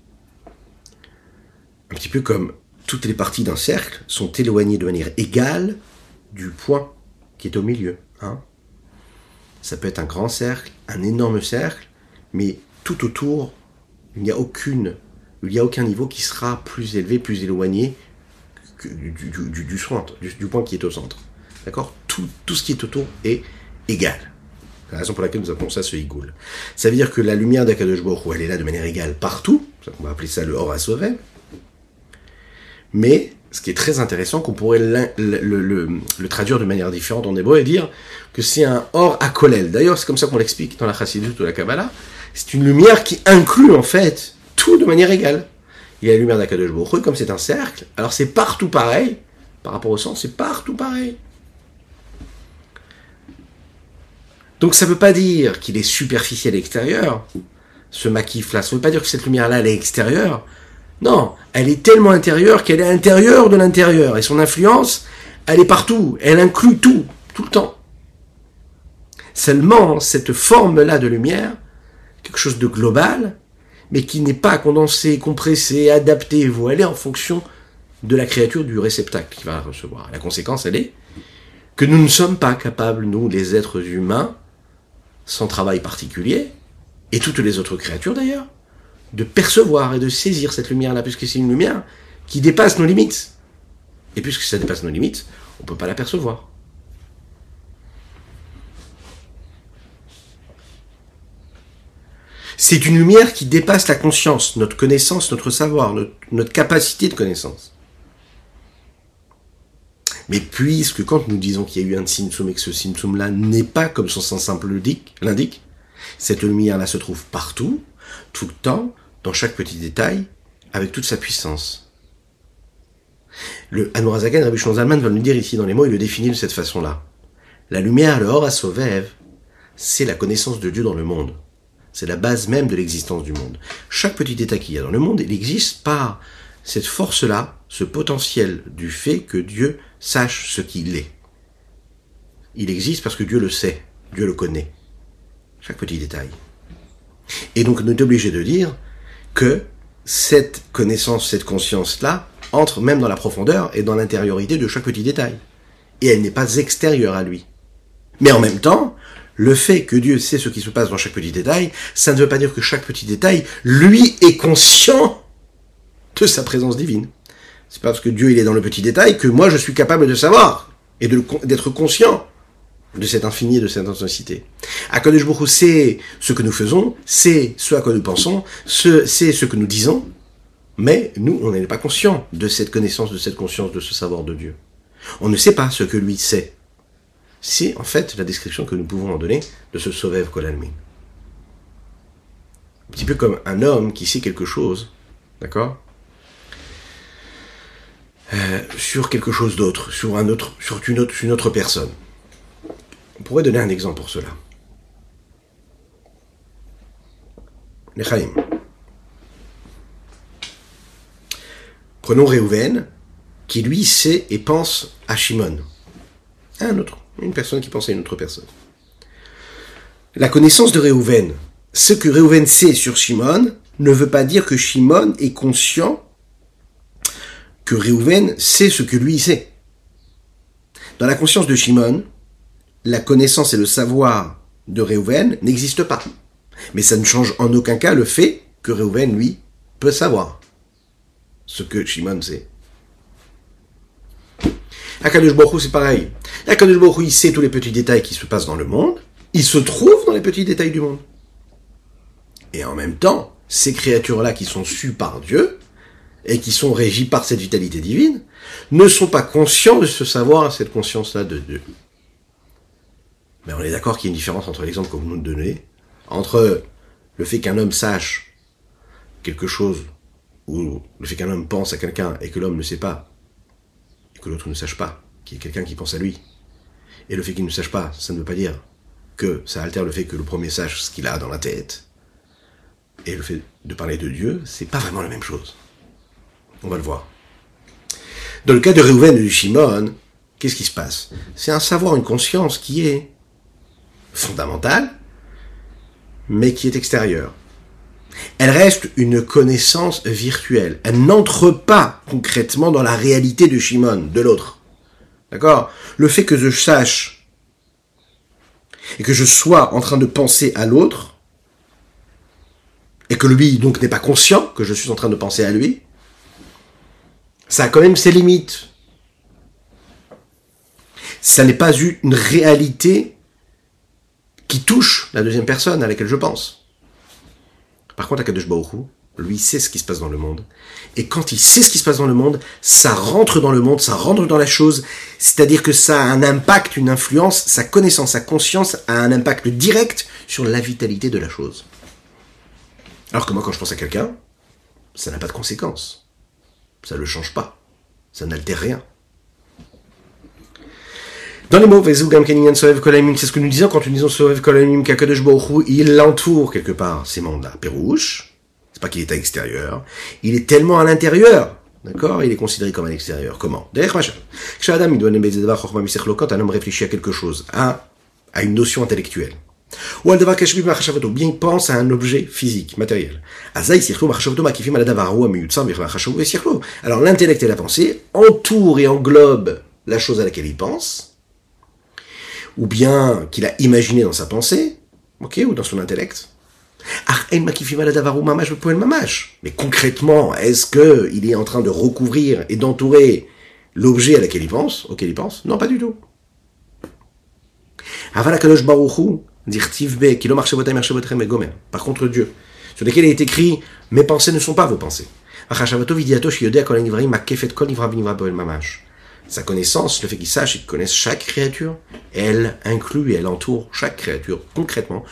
Un petit peu comme toutes les parties d'un cercle sont éloignées de manière égale du point qui est au milieu. Hein. Ça peut être un grand cercle, un énorme cercle, mais tout autour, il n'y a aucune... il n'y a aucun niveau qui sera plus élevé, plus éloigné que du, du, du, du centre, du, du point qui est au centre. D'accord ? tout, tout ce qui est autour est égal. C'est la raison pour laquelle nous appelons ça ce higoul. Ça veut dire que la lumière d'Akadosh Baruch Hu, elle est là de manière égale partout. On va appeler ça le Or HaSovev. Mais, ce qui est très intéressant, qu'on pourrait le, le, le, le traduire de manière différente en hébreu et dire que c'est un Or HaKolel. D'ailleurs, c'est comme ça qu'on l'explique dans la Chassidut ou la Kabbalah. C'est une lumière qui inclut, en fait, tout de manière égale. Il y a la lumière d'Akadosh Baruch Hu, comme c'est un cercle, alors c'est partout pareil, par rapport au centre, c'est partout pareil. Donc ça ne veut pas dire qu'il est superficiel extérieur, ce makif-là, ça ne veut pas dire que cette lumière-là, elle est extérieure. Non, elle est tellement intérieure qu'elle est à l'intérieur de l'intérieur, et son influence, elle est partout, elle inclut tout, tout le temps. Seulement, cette forme-là de lumière, quelque chose de global, mais qui n'est pas condensé, compressé, adapté, voilé en fonction de la créature du réceptacle qui va la recevoir. La conséquence, elle est que nous ne sommes pas capables, nous, les êtres humains, sans travail particulier, et toutes les autres créatures d'ailleurs, de percevoir et de saisir cette lumière-là, puisque c'est une lumière qui dépasse nos limites. Et puisque ça dépasse nos limites, on ne peut pas la percevoir. C'est une lumière qui dépasse la conscience, notre connaissance, notre savoir, notre, notre capacité de connaissance. Mais puisque quand nous disons qu'il y a eu un Tzimtzum et que ce Tzimtzum-là n'est pas comme son sens simple l'indique, cette lumière-là se trouve partout, tout le temps, dans chaque petit détail, avec toute sa puissance. Le Admor HaZaken, Rabbi Shlomo Zalman va nous dire ici dans les mots, il le définit de cette façon-là. La lumière, le Or HaSovev, c'est la connaissance de Dieu dans le monde. C'est la base même de l'existence du monde. Chaque petit détail qu'il y a dans le monde, il existe par cette force-là, ce potentiel du fait que Dieu sache ce qu'il est. Il existe parce que Dieu le sait, Dieu le connaît. Chaque petit détail. Et donc, on est obligé de dire que cette connaissance, cette conscience-là, entre même dans la profondeur et dans l'intériorité de chaque petit détail. Et elle n'est pas extérieure à lui. Mais en même temps, le fait que Dieu sait ce qui se passe dans chaque petit détail, ça ne veut pas dire que chaque petit détail, lui, est conscient de sa présence divine. C'est pas parce que Dieu il est dans le petit détail que moi je suis capable de savoir. et de, d'être conscient de cet infini et de cette intensité. Akadosh Baruch Hu sait ce que nous faisons, c'est ce à quoi nous pensons, c'est ce que nous disons, mais nous, on n'est pas conscient de cette connaissance, de cette conscience, de ce savoir de Dieu. On ne sait pas ce que lui sait. C'est en fait la description que nous pouvons en donner de ce Sovev Kol Almin. Un petit peu comme un homme qui sait quelque chose, d'accord, euh, sur quelque chose d'autre, sur un autre, sur une autre, sur une autre personne. On pourrait donner un exemple pour cela. Nechaim. Prenons Réhouven, qui lui sait et pense à Shimon. Un autre, une personne qui pense à une autre personne. La connaissance de Réhouven, ce que Réhouven sait sur Shimon, ne veut pas dire que Shimon est conscient que Réhouven sait ce que lui sait. Dans la conscience de Shimon, la connaissance et le savoir de Réhouven n'existent pas. Mais ça ne change en aucun cas le fait que Réhouven, lui, peut savoir ce que Shimon sait. Akadosh Baruch Hu, c'est pareil. Akadosh Baruch Hu, il sait tous les petits détails qui se passent dans le monde. Il se trouve dans les petits détails du monde. Et en même temps, ces créatures-là qui sont sues par Dieu et qui sont régies par cette vitalité divine ne sont pas conscients de ce savoir, cette conscience-là de Dieu. Mais on est d'accord qu'il y a une différence entre l'exemple que vous nous donnez, entre le fait qu'un homme sache quelque chose, ou le fait qu'un homme pense à quelqu'un et que l'homme ne sait pas, et que l'autre ne sache pas, qu'il y ait quelqu'un qui pense à lui. Et le fait qu'il ne sache pas, ça ne veut pas dire que ça altère le fait que le premier sache ce qu'il a dans la tête. Et le fait de parler de Dieu, c'est pas vraiment la même chose. On va le voir. Dans le cas de Réhouven et de Shimon, qu'est-ce qui se passe? C'est un savoir, une conscience qui est fondamentale, mais qui est extérieure. Elle reste une connaissance virtuelle. Elle n'entre pas concrètement dans la réalité de Shimon, de l'autre. D'accord? Le fait que je sache et que je sois en train de penser à l'autre, et que lui donc n'est pas conscient que je suis en train de penser à lui, ça a quand même ses limites. Ça n'est pas une réalité qui touche la deuxième personne à laquelle je pense. Par contre, Akadosh Baruch Hu, lui, sait ce qui se passe dans le monde. Et quand il sait ce qui se passe dans le monde, ça rentre dans le monde, ça rentre dans la chose. C'est-à-dire que ça a un impact, une influence, sa connaissance, sa conscience a un impact direct sur la vitalité de la chose. Alors que moi, quand je pense à quelqu'un, ça n'a pas de conséquences. Ça ne le change pas. Ça n'altère rien. Dans les mots, c'est ce que nous disons quand nous disons Sovev Kol Almin, qu'Akadosh Baruch Hu, il l'entoure quelque part, ces mondes-là. Pérouche, c'est pas qu'il est à l'extérieur, il est tellement à l'intérieur, d'accord? Il est considéré comme à l'extérieur. Comment? D'ailleurs, machin. Adam, il doit un homme réfléchit à quelque chose, à, à une notion intellectuelle. Ou bien il pense à un objet physique, matériel. Alors l'intellect et la pensée entourent et englobent la chose à laquelle il pense, ou bien qu'il a imaginé dans sa pensée, ok, ou dans son intellect. Mais concrètement, est-ce que il est en train de recouvrir et d'entourer l'objet à laquelle il pense, auquel il pense? Non, pas du tout. Par contre, Dieu, sur lesquels il est écrit, mes pensées ne sont pas vos pensées. Sa connaissance, le fait qu'il sache et qu'il connaisse chaque créature, elle inclut et elle entoure chaque créature concrètement.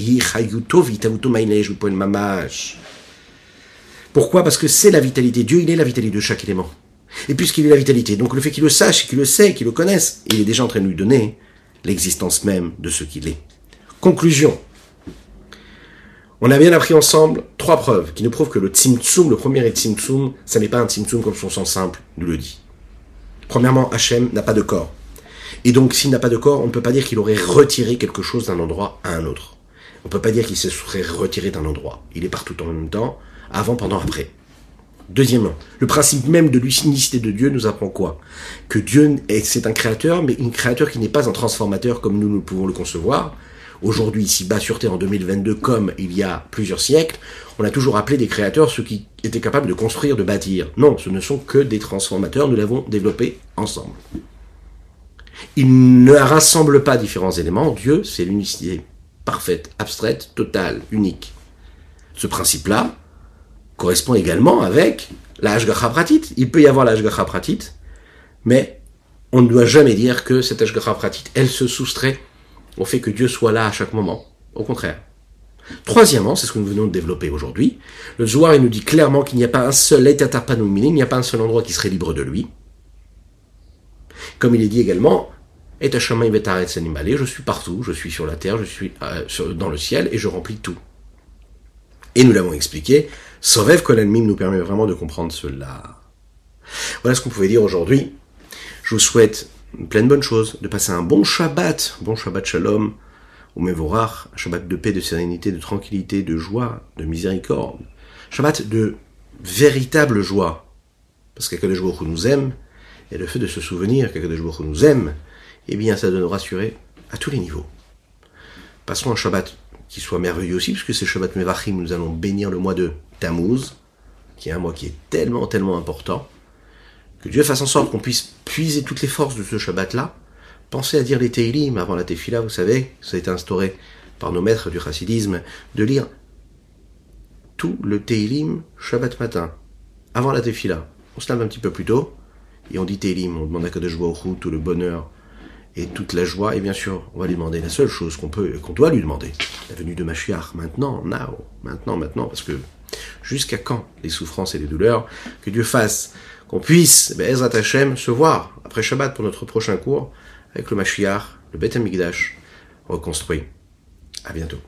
Pourquoi? Parce que c'est la vitalité. Dieu, il est la vitalité de chaque élément. Et puisqu'il est la vitalité, donc le fait qu'il le sache, qu'il le sait, qu'il le connaisse, il est déjà en train de lui donner l'existence même de ce qu'il est. Conclusion. On a bien appris ensemble trois preuves qui nous prouvent que le tzimtzum, le premier tzimtzum, ça n'est pas un tzimtzum comme son sens simple nous le dit. Premièrement, Hachem n'a pas de corps. Et donc, s'il n'a pas de corps, on ne peut pas dire qu'il aurait retiré quelque chose d'un endroit à un autre. On ne peut pas dire qu'il se serait retiré d'un endroit. Il est partout en même temps, avant, pendant, après. Deuxièmement, le principe même de l'unicité de Dieu nous apprend quoi? Que Dieu, est, c'est un créateur, mais un créateur qui n'est pas un transformateur comme nous, nous pouvons le concevoir. Aujourd'hui, ici-bas sur Terre, en deux mille vingt-deux, comme il y a plusieurs siècles, on a toujours appelé des créateurs ceux qui étaient capables de construire, de bâtir. Non, ce ne sont que des transformateurs, nous l'avons développé ensemble. Il ne rassemble pas différents éléments. Dieu, c'est l'unicité parfaite, abstraite, totale, unique. Ce principe-là correspond également avec la Hashgacha Pratit. Il peut y avoir la Hashgacha Pratit, mais on ne doit jamais dire que cette Hashgacha Pratit, elle se soustrait au fait que Dieu soit là à chaque moment. Au contraire. Troisièmement, c'est ce que nous venons de développer aujourd'hui, le Zohar il nous dit clairement qu'il n'y a pas un seul état panumini, il n'y a pas un seul endroit qui serait libre de lui. Comme il est dit également, et Hashamayim v'Haaretz animalé, je suis partout, je suis sur la terre, je suis euh, sur, dans le ciel et je remplis tout. Et nous l'avons expliqué, Sovev Kol Almim nous permet vraiment de comprendre cela. Voilà ce qu'on pouvait dire aujourd'hui. Je vous souhaite plein de bonnes choses, de passer un bon Shabbat, bon Shabbat Shalom, ou Mevorach, un Shabbat de paix, de sérénité, de tranquillité, de joie, de miséricorde, Shabbat de véritable joie, parce qu'Akadosh Baruch Hu nous aime, et le fait de se souvenir qu'Akadosh Baruch Hu nous aime, eh bien ça doit nous rassurer à tous les niveaux. Passons un Shabbat qui soit merveilleux aussi, puisque c'est Shabbat Mevachim, nous allons bénir le mois de Tammuz, qui est un mois qui est tellement, tellement important, que Dieu fasse en sorte qu'on puisse puiser toutes les forces de ce Shabbat-là. Pensez à dire les Teilim avant la Tefila, vous savez, ça a été instauré par nos maîtres du chassidisme, de lire tout le Teilim Shabbat matin, avant la Tefila. On se lave un petit peu plus tôt, et on dit Teilim, on demande à Kadosh Baruch Hu tout le bonheur et toute la joie, et bien sûr, on va lui demander la seule chose qu'on peut, qu'on doit lui demander, la venue de Mashiach, maintenant, now, maintenant, maintenant, parce que jusqu'à quand les souffrances et les douleurs, que Dieu fasse qu'on puisse, ben, Ezrat Hashem, se voir après Shabbat pour notre prochain cours, avec le Mashiach, le Beth Amikdash reconstruit. À bientôt.